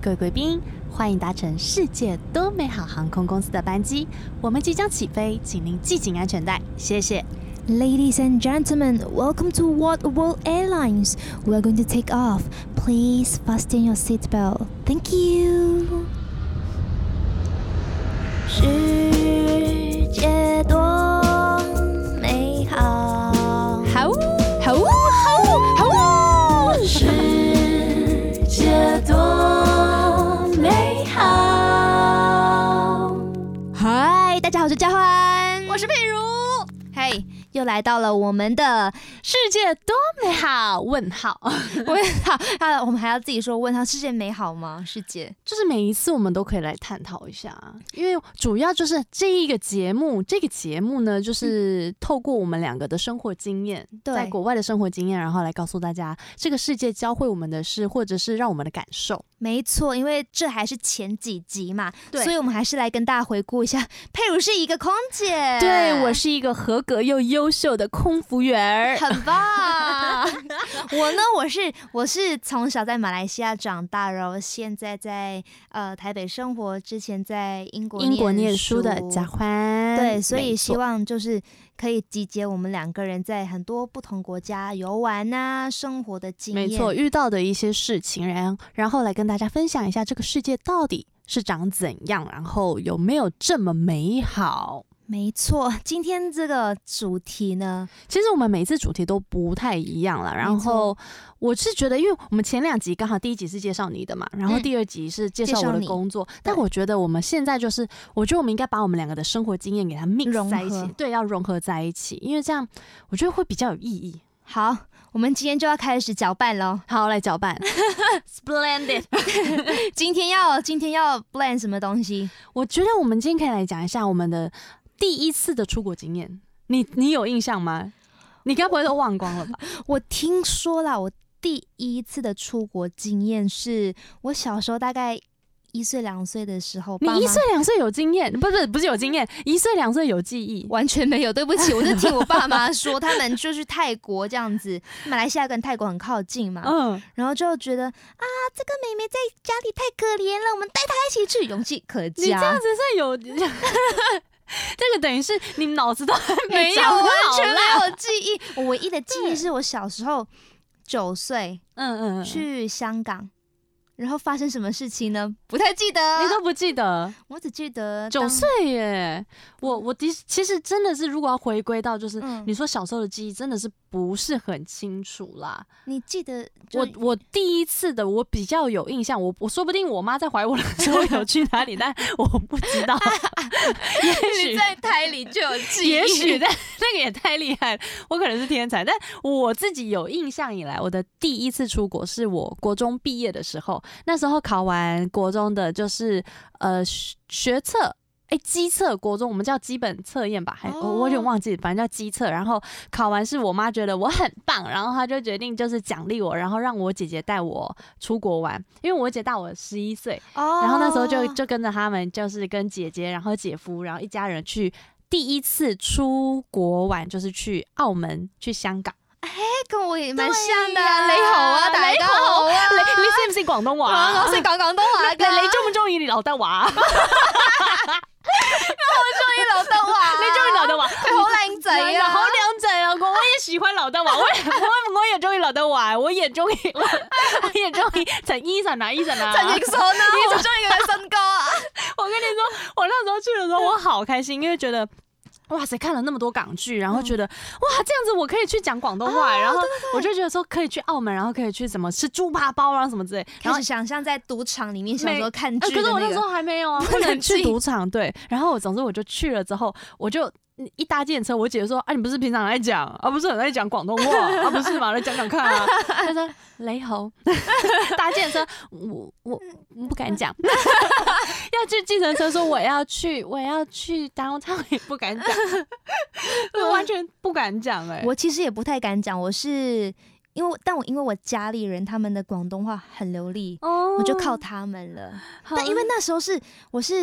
各位贵宾，欢迎搭乘世界多美好航空公司的班机，我们即将起飞，请您系紧安全带，谢谢。 Ladies and gentlemen, welcome to World Airlines. We're going to take off. Please fasten your seatbelt. Thank you. 世界多美好， 好， 好，好，好， 世界多美好。 嗨，大家好，我是嘉欢， 我是佩如。 嘿，又来到了我们的世界多美好？问号， 问号啊！我们还要自己说问号，世界美好吗？世界就是每一次我们都可以来探讨一下，因为主要就是这个节目呢，就是透过我们两个的生活经验，在国外的生活经验，然后来告诉大家这个世界教会我们的事，或者是让我们的感受。 没错，因为这还是前几集嘛， 对， 所以我们还是来跟大家回顾一下。佩如是一个空姐， 对，我是一个合格又优秀的空服员， 很棒。我呢，我是从小在马来西亚长大，然后现在在台北生活，之前在英国念书的嘉欢。 对，所以希望就是可以集结我们两个人在很多不同国家游玩啊，生活的经验， 没错，遇到的一些事情，然后来跟大家分享一下这个世界到底是长怎样，然后有没有这么美好。 没错，今天这个主题呢， 其实我们每次主题都不太一样了。然后我是觉得，因为我们前两集刚好第一集是介绍你的嘛，然后第二集是介绍我的工作，但我觉得我们现在就是，我觉得我们应该把我们两个的生活经验给它 mix 在一起，对，要融合在一起，因为这样我觉得会比较有意义。 好，我们今天就要开始搅拌咯。 好，来搅拌，splendid 。 今天要 blend 什么东西？ 我觉得我们今天可以来讲一下我们的第一次的出国经验，你有印象吗？你该不会都忘光了吧？ 我听说啦，我第一次的出国经验是我小时候大概1岁2岁的时候。 你1岁2岁有经验？不是有经验，1岁2岁有记忆？ 完全没有，对不起，我就听我爸妈说，他们就是泰国这样子，马来西亚跟泰国很靠近嘛，然后就觉得啊，这个妹妹在家里太可怜了，我们带她一起去，勇气可嘉。 你这样子是有。这个等于是你脑子都没有，完全没有记忆。我唯一的记忆是我小时候9岁，去香港，然后发生什么事情呢？不太记得。 你都不记得？ 我只记得 9岁耶。我其实真的是，如果要回归到就是你说小时候的记忆，真的是不是很清楚啦。 你记得我第一次的我比较有印象，我说不定我妈在怀我的时候有去哪里，但我不知道。 也许你在胎里就有记忆， 也许但那个也太厉害了，我可能是天才。但我自己有印象以来，我的第一次出国是我国中毕业的时候，那时候考完国中的就是学测。基测，国中我们叫基本测验吧，我有点忘记，反正叫基测。然后考完是我妈觉得我很棒，然后她就决定就是奖励我，然后让我姐姐带我出国玩，因为我姐大我11岁，然后那时候就跟着他们，就是跟姐姐，然后姐夫，然后一家人去第一次出国玩，就是去澳门、去香港。 跟我也蠻像的啊，你好啊，大家好啊， 你識唔識廣東話？ 我識講廣東話㗎。 你中唔中意劉德華？ 我好中意劉德華， 你中意劉德華？ 佢好靚仔啊， 好靚仔啊！我也喜歡劉德華，我也中意劉德華，我也中意陳奕迅啊，陳奕迅啊， 陳奕迅啊，我中意佢嘅新歌啊！ 我跟你說，我那時候去的時候，我好開心，因為覺得。哇塞，看了那麼多港劇，然後覺得哇，這樣子我可以去講廣東話，然後我就覺得說可以去澳門，然後可以去什麼吃豬扒包啊什麼之類，然後開始想象在賭場裡面小時候看劇的可是我那時候還沒有啊，不能去賭場，對，然後總之我就去了之後，我就一搭計程車，我姐說啊，你不是平常在講啊，不是很在講廣東話啊，不是嘛，來講講看啊，她說雷猴搭計程車，我不敢講，要去計程車說我要去downtown也不敢講，我完全不敢講我其實也不太敢講，我是因為我家裡人他們的廣東話很流利，我就靠他們了。但因為那時候我是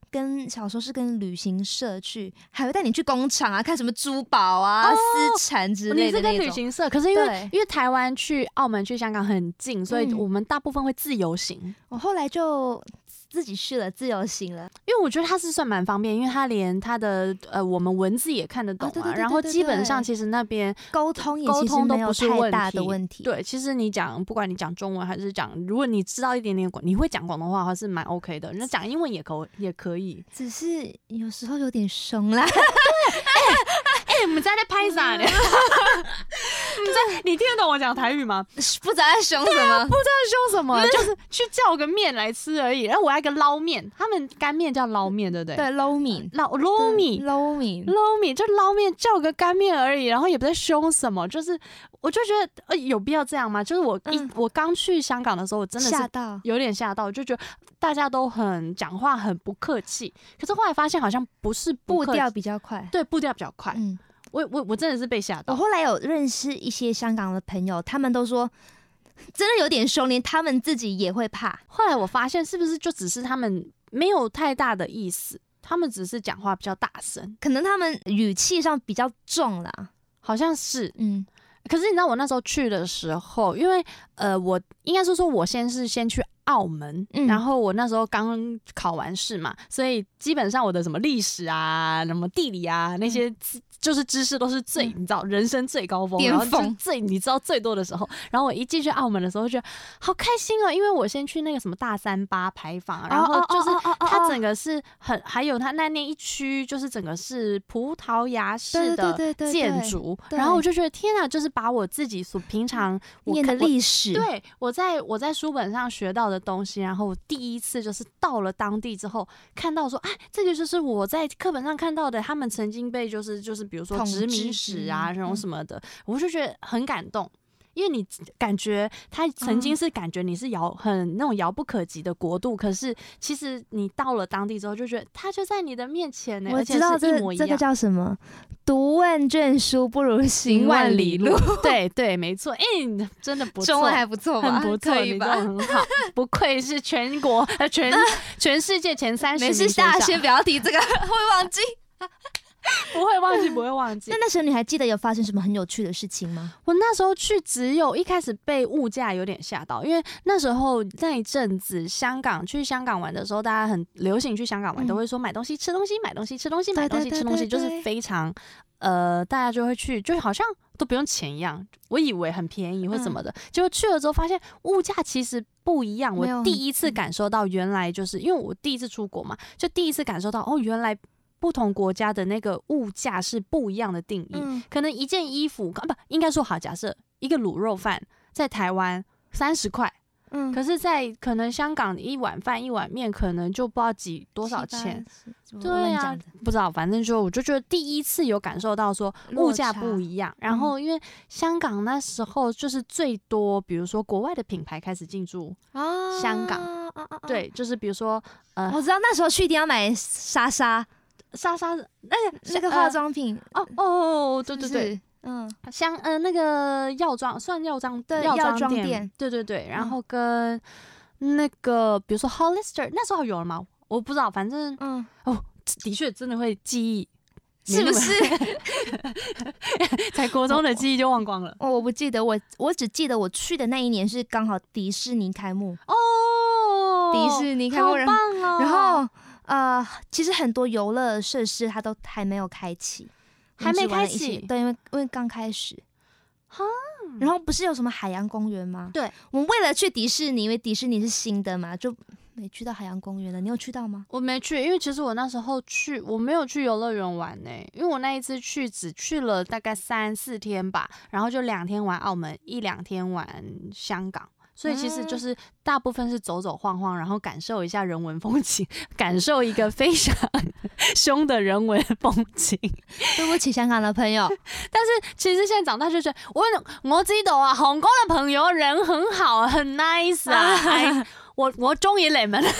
小时候是跟旅行社去，还会带你去工厂啊，看什么珠宝啊、丝产之类的那种。 你是跟旅行社，可是因为台湾去澳门去香港很近，所以我们大部分会自由行。 我后来就自己去了，自由行了， 因为我觉得它是算蛮方便，因为它连它的我们文字也看得懂啊，然后基本上其实那边沟通都不是太大的问题。 对，其实不管你讲中文还是如果你知道一点点你会讲广东话的话是蛮 OK 的，那讲英文也可以， 只是有时候有点凶啦。 我们在拍啥呢？你听得懂我讲台语吗？ 不知道在凶什么， 不知道凶什么，就是去叫个面来吃而已。然后我要一个捞面，他们干面叫捞面，对不对？ 对，捞面， 捞面，就捞面叫个干面而已，然后也不在凶什么，就是我就觉得有必要这样吗？就是我刚去香港的时候，我真的是有点吓到，就觉得大家都讲话很不客气，可是后来发现好像不是不客气， 步调比较快， 对，步调比较快。我真的是被吓到。 我后来有认识一些香港的朋友，他们都说真的有点凶，连他们自己也会怕。 后来我发现是不是就只是他们没有太大的意思，他们只是讲话比较大声， 可能他们语气上比较重啦， 好像是。可是你知道我那时候去的时候，因为我应该说我先去澳门，然后我那时候刚考完试嘛，所以基本上我的什么历史啊、什么地理啊那些就是知识都是你知道人生最高峰， 巅峰， 然后你知道最多的时候，然后我一进去澳门的时候，就觉得好开心哦，因为我先去那个什么大3巴牌坊，然后就是它整个是还有它那一区就是整个是葡萄牙式的建筑，然后我就觉得天啊，就是把我自己所平常念的历史， 对我在书本上学到的东西，然后我第一次就是到了当地之后，看到说，哎，这个就是我在课本上看到的，他们曾经被就是比如说殖民史啊这种什么的，我就觉得很感动。因为你感觉他曾经是感觉你是很那种遥不可及的国度，可是其实你到了当地之后就觉得他就在你的面前呢， 我知道而且是一模一样。 这个叫什么？读万卷书不如行万里路。 对对，没错。你真的不错， 中文还不错吧？ 很不错，你做很好，不愧是全国全世界前30名。 没事，大家先不要提这个，会忘记。 不会忘记。 那时候你还记得有发生什么很有趣的事情吗？ 我那时候去只有一开始被物价有点吓到，因为那时候那一阵子去香港玩的时候，大家很流行去香港玩，都会说买东西吃东西，买东西吃东西，买东西吃东西，就是非常大家就会去，就好像都不用钱一样。我以为很便宜或什么的，结果去了之后发现物价其实不一样。我第一次感受到原来就是因为我第一次出国嘛，就第一次感受到原来不同国家的那个物价是不一样的定义，可能一件衣服应该说好，假设一个卤肉饭在台湾30块，可是在可能香港一碗饭一碗面可能就不知道多少钱，对啊，不知道，反正我就觉得第一次有感受到说物价不一样。然后因为香港那时候就是最多，比如说国外的品牌开始进驻香港，对，就是比如说我知道那时候去一定要买莎莎那个化妆品对，像那个药妆店，对，然后跟那个比如说 Hollister 那时候有了吗？我不知道，反正的确真的会记忆， 是不是？ 才国中的记忆就忘光了。 我不记得，我只记得我去的那一年是刚好迪士尼开幕迪士尼开幕， 好棒哦！ 然后其实很多游乐设施它都还没有开启，对，因为刚开始。然后不是有什么海洋公园吗？ 对， 我们为了去迪士尼，因为迪士尼是新的嘛，就没去到海洋公园了。你有去到吗？ 我没去，因为其实我那时候我没有去游乐园玩呢，因为我那一次只去了大概3-4天吧，然后就2天玩澳门，1-2天玩香港。所以其实就是大部分是走走晃晃，然后感受一下人文风情，感受一个非常凶的人文风情。 对不起，香港的朋友。 但是其实现在长大就觉得，我知道啊，香港的朋友人很好，很 nice 啊。我中意你們。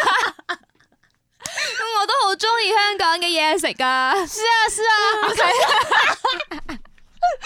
我都好中意香港嘅嘢食噶。 是啊。Okay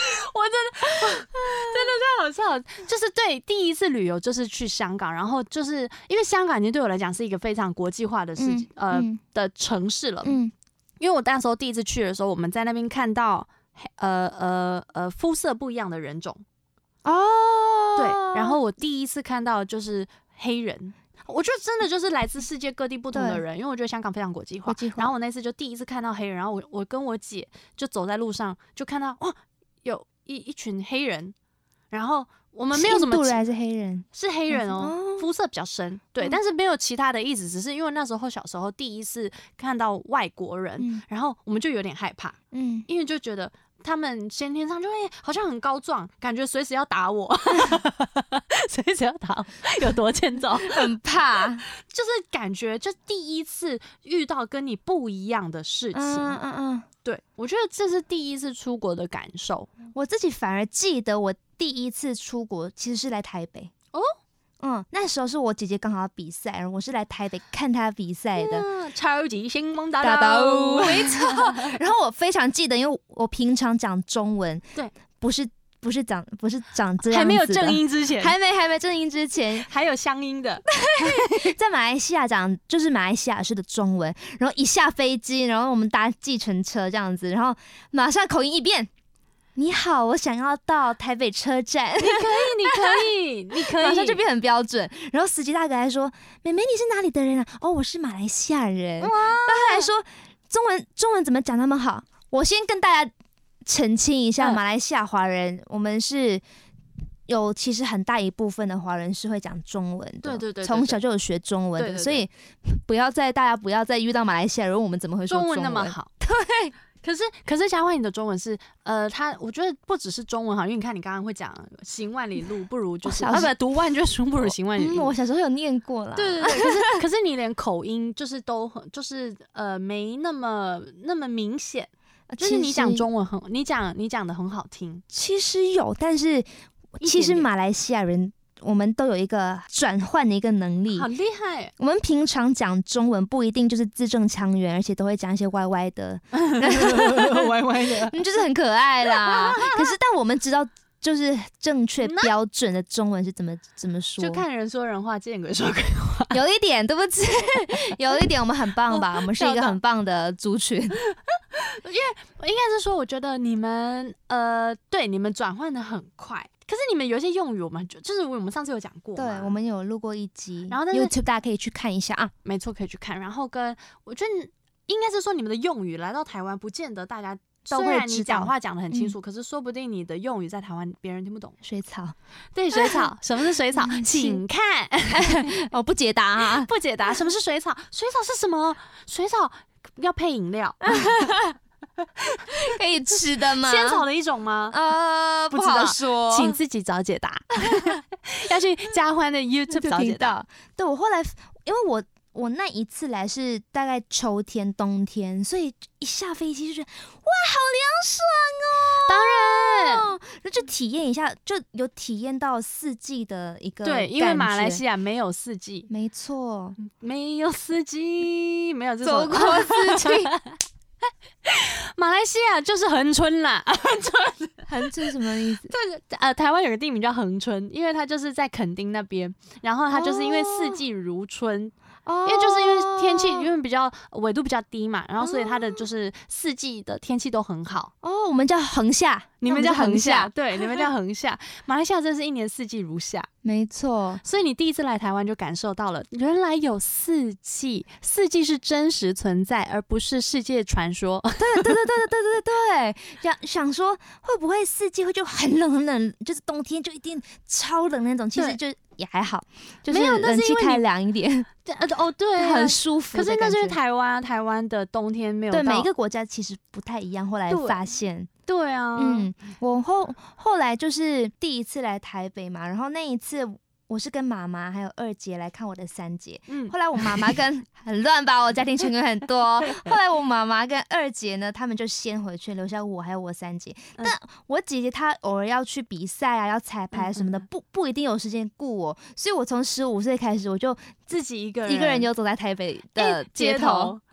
我真的太好笑了，就是对第一次旅游就是去香港，然后就是因为香港已经对我来讲是一个非常国际化的的城市了，因为我那时候第一次去的时候，我们在那边看到肤色不一样的人种对，然后我第一次看到就是黑人。我觉得真的就是来自世界各地不同的人，因为我觉得香港非常国际化。然后我那次就第一次看到黑人，然后我跟我姐就走在路上，就看到哇，有一群黑人，然后我们没有什么。 印度人还是黑人？ 是黑人肤色比较深，对，但是没有其他的意思，只是因为那时候小时候第一次看到外国人，然后我们就有点害怕，因为就觉得。他们先天上就会好像很高壮，感觉随时要打我，随时要打我，有多欠揍， 很怕， 就是感觉就第一次遇到跟你不一样的事情，对，我觉得这是第一次出国的感受。 我自己反而记得我第一次出国其实是来台北那时候是我姐姐刚好要比赛，然后我是来台北看她比赛的， 超级星光大道， 没错。然后我非常记得，因为我平常讲中文， 对， 不是长这样子的， 还没有正音之前， 还没正音之前， 还有乡音的。 在马来西亚讲就是马来西亚式的中文，然后一下飞机，然后我们搭计程车这样子，然后马上口音一变。你好，我想要到台北车站。 你可以， 马上就变很标准。然后司机大哥还说：“妹妹，你是哪里的人啊？”哦，我是马来西亚人。然后他还说中文怎么讲那么好？我先跟大家澄清一下，马来西亚华人，我们是有其实很大一部分的华人是会讲中文的， 对， 从小就有学中文的， 对， 所以大家不要再遇到马来西亚人，我们怎么会说中文那么好？ 对。 可是佳慧，你的中文是我觉得不只是中文好，因为你看你刚刚会讲行万里路不如就是读万卷书不如行万里路。 我小时候有念过啦。 对，可是你连口音就是都就是没那么明显，就是你讲中文你讲的很好听。 其实有，但是其实马来西亚人。我们都有一个转换的一个能力， 好厉害！ 我们平常讲中文不一定就是字正腔圆，而且都会讲一些歪歪的， 歪歪的， 就是很可爱啦。可是，但我们知道，就是正确标准的中文是怎么说？ 就看人说人话，见鬼说鬼话。 有一点，对不起，有一点，我们很棒吧？我们是一个很棒的族群。因为应该是说，我觉得你们对你们转换的很快。可是你们有一些用语，就是我们上次有讲过， 对，我们有录过一集， 然后 YouTube 大家可以去看一下啊， 没错，可以去看。然后我觉得应该是说，你们的用语来到台湾，不见得大家都会知道。虽然你讲话讲得很清楚，可是说不定你的用语在台湾别人听不懂。 水草， 对，水草，什么是水草？请看， 我不解答啊， 不解答，什么是水草？水草是什么？水草要配饮料。 可以吃的吗？ 仙草的一种吗？ 不好说， 请自己找解答。要去佳欢的 YouTube 找解答。 对，我后来因为我那一次来是大概秋天冬天，所以一下飞机就觉得哇，好凉爽哦！当然，那就体验一下，就有体验到四季的一个对，因为马来西亚没有四季， 没错， 没有四季，没有这种走过四季。 马来西亚就是恒春啦， 恒春什么意思？ 对，台湾有个地名叫恒春，因为它就是在垦丁那边，然后它就是因为四季如春。因为就是因为天气，因为比较纬度比较低嘛，然后所以它的就是四季的天气都很好。 我们叫恒夏， 你们叫恒夏，对，你们叫恒夏。马来西亚真是一年四季如夏， 没错。 所以你第一次来台湾就感受到了，原来有四季，四季是真实存在，而不是世界传说。 对，想说会不会四季会就很冷很冷，就是冬天就一定超冷那种，其实就也还好，就是冷气开凉一点。 对， 很舒服。 可是那就是台湾的冬天没有到。 对，每一个国家其实不太一样。后来发现， 对啊， 我后来就是第一次来台北嘛，然后那一次我是跟妈妈还有二姐来看我的三姐。后来我妈妈跟很乱吧，我家庭成员很多。后来我妈妈跟二姐呢，他们就先回去，留下我还有我三姐。但我姐姐她偶尔要去比赛啊，要彩排什么的，不一定有时间顾我，所以我从15岁开始，我就自己一个人游走在台北的街头。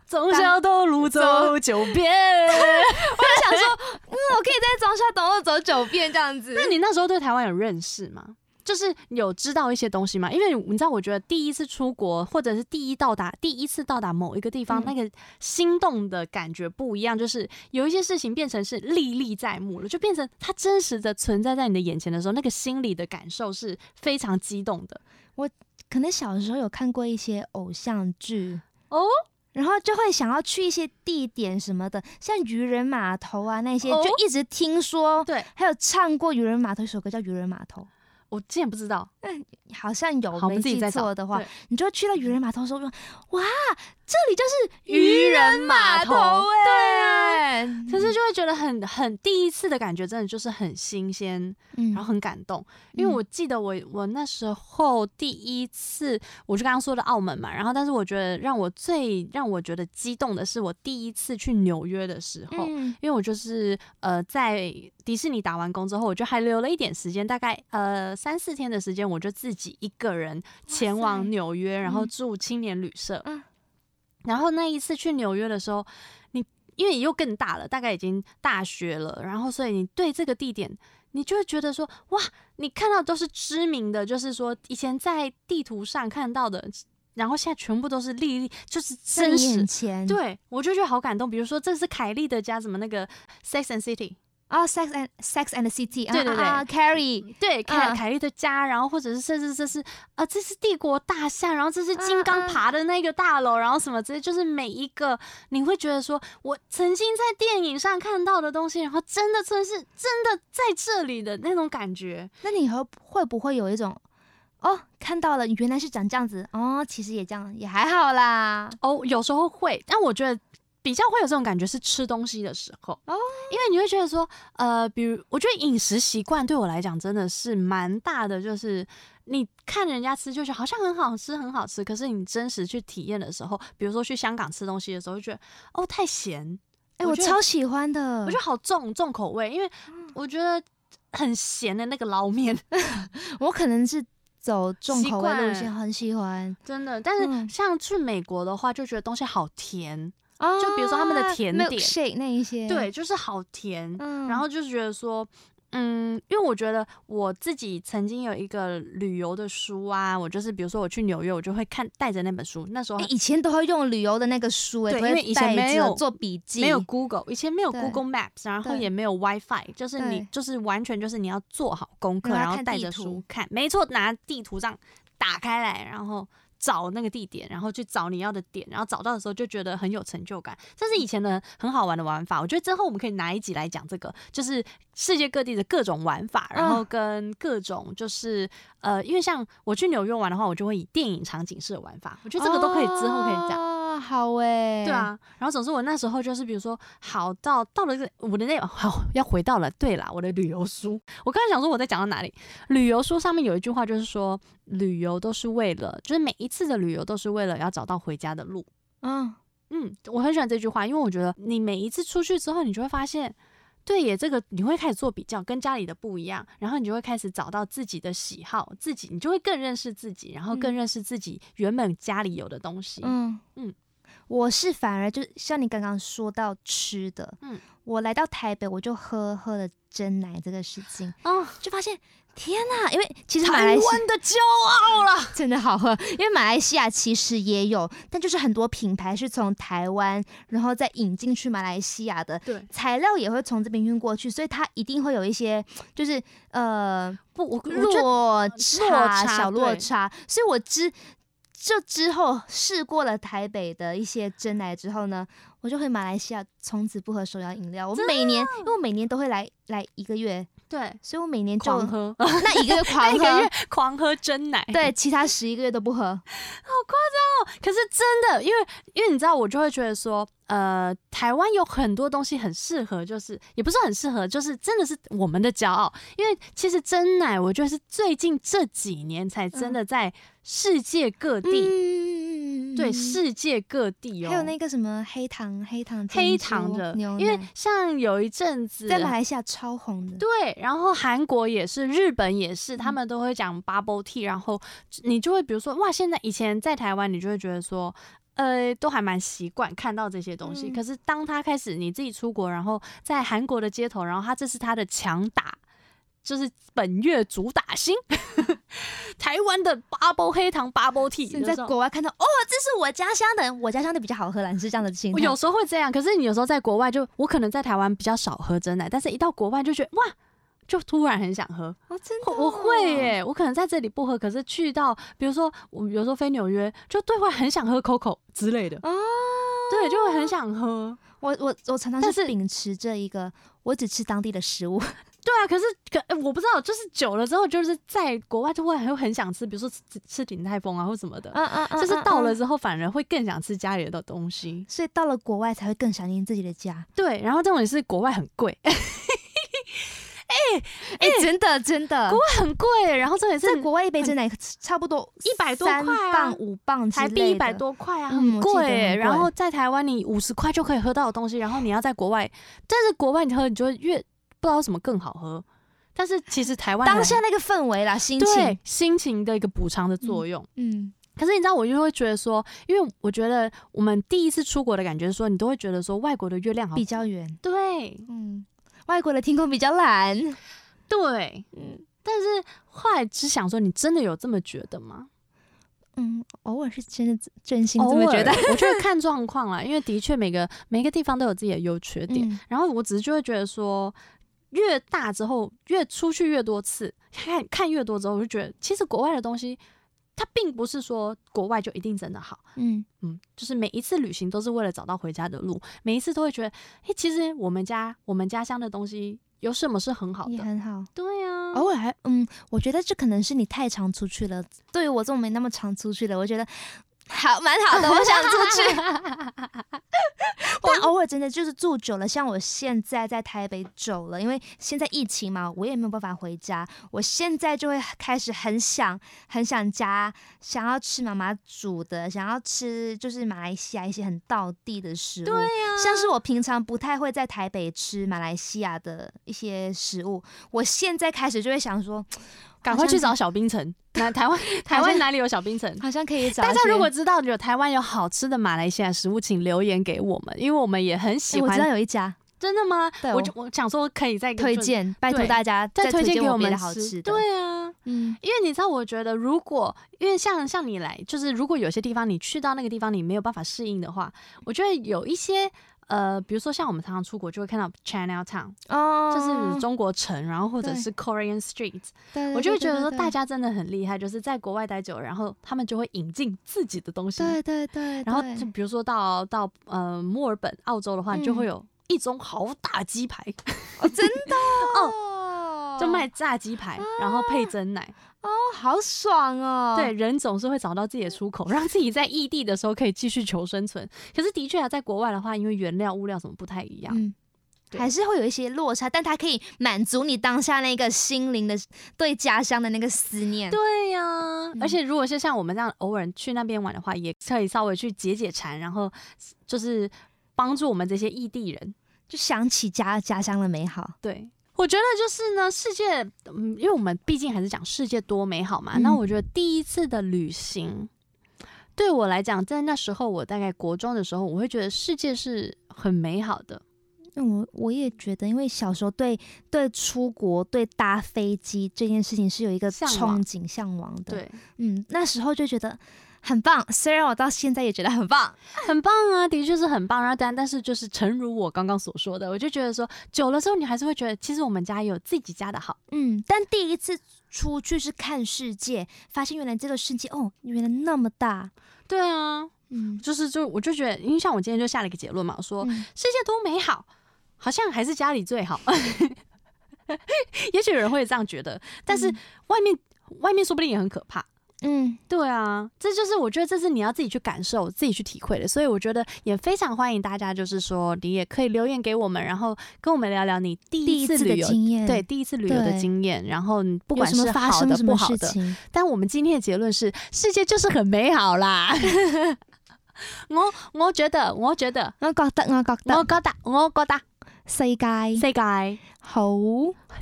忠孝东路走9遍。 我就想说，我可以在忠孝东路走9遍这样子。 那你那时候对台湾有认识吗？就是有知道一些东西吗？因为你知道，我觉得第一次出国，或者是第一次到达某一个地方，那个心动的感觉不一样。就是有一些事情变成是历历在目了，就变成它真实的存在在你的眼前的时候，那个心里的感受是非常激动的。 我可能小时候有看过一些偶像剧哦。 然后就会想要去一些地点什么的，像渔人码头啊那些，就一直听说。对，还有唱过渔人码头一首歌叫《渔人码头》。 我之前不知道， 好像有，没记错的话，你就去到渔人码头的时候，哇，这里就是渔人码头对啊， 可是就会觉得很第一次的感觉，真的就是很新鲜，然后很感动。因为我记得我那时候第一次，我就刚刚说的澳门嘛，然后但是我觉得让我觉得激动的是我第一次去纽约的时候，因为我就是在迪士尼打完工之后，我就还留了一点时间，大概3-4天的时间，我就自己一个人前往纽约，然后住青年旅社。然后那一次去纽约的时候，因为你又更大了，大概已经大学了，然后所以你对这个地点，你就会觉得说，哇，你看到都是知名的，就是说以前在地图上看到的。然后现在全部都是就是真实，对，我就觉得好感动。比如说，这是凯莉的家，什么那个 Sex and City。 Sex and the City， 对对对 ，Carrie， 对，凯莉的家，然后或者是甚至这是帝国大厦，然后这是金刚爬的那个大楼，然后什么之类，就是每一个你会觉得说，我曾经在电影上看到的东西，然后真的在这里的那种感觉。 那你会不会有一种看到了，原来是长这样子其实也这样，也还好啦。 有时候会，但我觉得。比较会有这种感觉是吃东西的时候因为你会觉得说，比如我觉得饮食习惯对我来讲真的是蛮大的，就是你看人家吃就觉得好像很好吃，可是你真实去体验的时候，比如说去香港吃东西的时候，就觉得太咸， 我超喜欢的， 我觉得好重口味，因为我觉得很咸的那个捞面， 我可能是走重口味路线，很喜欢， 真的。但是像去美国的话，就觉得东西好甜。就比如说他们的甜点 milkshake 那一些， 对，就是好甜，然后就是觉得说，因为我觉得我自己曾经有一个旅游的书啊，我就是比如说我去纽约，我就会带着那本书，那时候以前都会用旅游的那个书， 对，因为以前没有做笔记， 没有 Google， 以前没有 Google Maps， 然后也没有 WiFi， 就是你就是完全就是你要做好功课，然后带着书看，没错，拿地图上打开来，然后。找那个地点，然后去找你要的点，然后找到的时候就觉得很有成就感。这是以前的很好玩的玩法，我觉得之后我们可以拿一集来讲这个，就是世界各地的各种玩法，然后跟各种就是因为像我去纽约玩的话，我就会以电影场景式的玩法，我觉得这个都可以之后可以讲。 好欸， 对啊，然后总之我那时候就是比如说好到了我的那好要回到了，对啦，我的旅游书，我刚才想说我在讲到哪里，旅游书上面有一句话就是说，旅游都是为了，就是每一次的旅游都是为了要找到回家的路。我很喜欢这句话，因为我觉得你每一次出去之后，你就会发现。对耶，这个你会开始做比较，跟家里的不一样，然后你就会开始找到自己的喜好，你就会更认识自己，然后更认识自己原本家里有的东西。 我是反而就像你刚刚说到吃的，我来到台北我就喝了珍奶这个事情，就发现天哪，因为其实马来西亚台湾的骄傲啦， 真的好喝，因为马来西亚其实也有，但就是很多品牌是从台湾然后再引进去马来西亚的，对，材料也会从这边运过去，所以它一定会有一些就是小落差，所以我之后试过了台北的一些珍奶之后呢，我就回马来西亚从此不喝手摇饮料。因为我每年都会来1个月，对，所以我每年就狂喝， 那1个月狂喝， 1个月狂喝珍奶， 对，其他11个月都不喝，好夸张哦！可是真的，因为你知道，我就会觉得说，台湾有很多东西很适合，就是也不是很适合，就是真的是我们的骄傲。因为其实珍奶，我觉得是最近这几年才真的在世界各地，对，世界各地还有那个什么黑糖的牛奶，因为像有一阵子在马来西亚超红的， 对，然后韩国也是，日本也是，他们都会讲 bubble tea，然后你就会比如说哇，以前在台湾，你就会觉得说。 都还蛮习惯看到这些东西。可是当他开始你自己出国，然后在韩国的街头，然后这是他的强打，就是本月主打星台湾的 bubble 黑糖 bubble tea。 你在国外看到这是我家乡的，我家乡的比较好喝啦，你是这样的心态？ 我有时候会这样，可是你有时候在国外我可能在台湾比较少喝真奶，但是一到国外就觉得哇，就突然很想喝。 真的我会耶，我可能在这里不喝，可是去到比如说我有时候飞纽约，就对外很想喝 Coco 之类的对，就会很想喝。 我常常是秉持这一个，我只吃当地的食物。 对啊，可是我不知道，就是久了之后，就是在国外就会很想吃，比如说吃鼎泰丰啊或什么的。就是到了之后，反而会更想吃家里的东西。 所以到了国外才会更想念自己的家。 对，然后这种也是国外很贵。 真的， 国外很贵，然后这也是在国外一杯真奶差不多 100多块 3磅5磅之类的， 台币100多块啊，很贵。然后在台湾你50块就可以喝到的东西，然后你要在国外，但是国外你喝你就会越不知道什么更好喝。但是其实台湾当下那个氛围啦，心情的一个补偿的作用。可是你知道，我就会觉得说，因为我觉得我们第一次出国的感觉是说，你都会觉得说外国的月亮好比较圆， 对， 外国的天空比较蓝， 对，但是后来只想说，你真的有这么觉得吗？ 偶尔是真心这么觉得。 我觉得看状况啦，因为的确每个地方都有自己的优缺点。然后我只是就会觉得说，越大之后，越出去越多次，看越多之后，我就觉得其实国外的东西，它并不是说国外就一定真的好。就是每一次旅行都是为了找到回家的路，每一次都会觉得，其实我们家乡的东西有什么是很好的， 也很好。 对啊， 偶尔还我觉得这可能是你太常出去了。对于我这种没那么常出去的，我觉得蛮好的，我想出去。但偶尔真的就是住久了，像我现在在台北久了，因为现在疫情嘛，我也没有办法回家。我现在就会开始很想家，想要吃妈妈煮的，想要吃就是马来西亚一些很道地的食物。 对啊， 像是我平常不太会在台北吃马来西亚的一些食物，我现在开始就会想说， 赶快去找小槟城。台湾哪里有小槟城？ 好像可以找。 大家如果知道有台湾有好吃的马来西亚食物，请留言给我们，因为我们也很喜欢。 我知道有一家。 真的吗？ 对， 我想说可以再推荐，拜托大家再推荐给我们好吃的。 对啊，因为你知道，我觉得因为像你来，就是如果有些地方你去到那个地方你没有办法适应的话，我觉得有一些比如说像我们常常出国就会看到 Chinatown，就是中国城，然后或者是 Korean Street， 我就会觉得说大家真的很厉害，就是在国外待久了，然后他们就会引进自己的东西。 对。 然后就比如说到墨尔本澳洲的话，你就会有一种好大鸡排。 真的就卖炸鸡排，然后配珍奶。 好爽哦！ 对，人总是会找到自己的出口，让自己在异地的时候可以继续求生存。可是的确在国外的话，因为原料物料什么不太一样， 还是会有一些落差，但它可以满足你当下那个心灵的对家乡的那个思念。 对呀，而且如果是像我们这样偶尔去那边玩的话，也可以稍微去解馋，然后就是帮助我们这些异地人就想起家乡的美好。 对。我觉得就是呢，世界，因为我们毕竟还是讲世界多美好嘛。那我觉得第一次的旅行，对我来讲，在那时候我大概国中的时候，我会觉得世界是很美好的。 我也觉得，因为小时候对出国、对搭飞机这件事情是有一个憧憬、向往的。 对， 那时候就觉得很棒，虽然我到现在也觉得很棒， 很棒啊，的确是很棒。然后但是就是诚如我刚刚所说的，我就觉得说，久了之后你还是会觉得，其实我们家有自己家的好。 但第一次出去是看世界，发现原来这个世界原来那么大。 对啊，我就觉得，因为像我今天就下了一个结论嘛，我说世界多美好，好像还是家里最好。也许有人会这样觉得，但是外面说不定也很可怕。对啊，这就是我觉得这是你要自己去感受、自己去体会的，所以我觉得也非常欢迎大家，就是说你也可以留言给我们，然后跟我们聊聊你第一次旅游经验， 对，第一次旅游的经验，然后不管是好的不好的，但我们今天的结论是，世界就是很美好啦。我觉得世界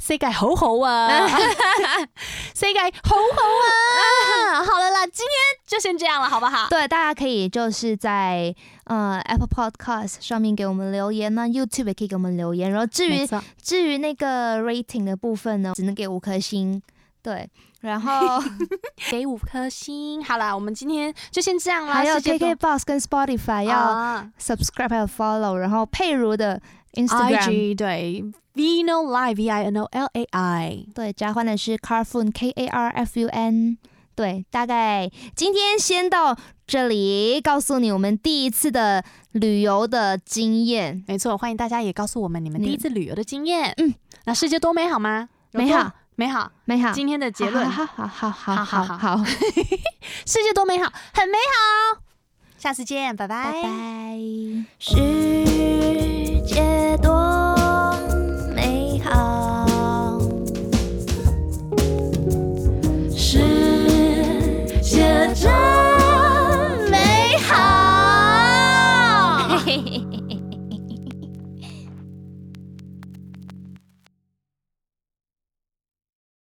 好好啊，世界好好啊。好了啦，今天就先这样了，好不好？ 对，大家可以就是在Apple Podcast 上面给我们留言呢 ，YouTube 也可以给我们留言。然后至于那个 rating 的部分呢，只能给5颗星。对，然后给5颗星。好啦，我们今天就先这样啦。 还有 KKBOX 跟 Spotify 要 subscribe 还有 follow， 然后佩如的 Instagram 对 Vinolai VINOLAI， 对，嘉欢的是 Carfun KARFUN。对，大概今天先到这里，告诉你我们第一次的旅游的经验。 没错，欢迎大家也告诉我们你们第一次旅游的经验。那世界多美好吗？ 美好。 美好， 美好。 今天的结论， 好， 世界多美好，很美好。下次见，拜拜， 拜拜。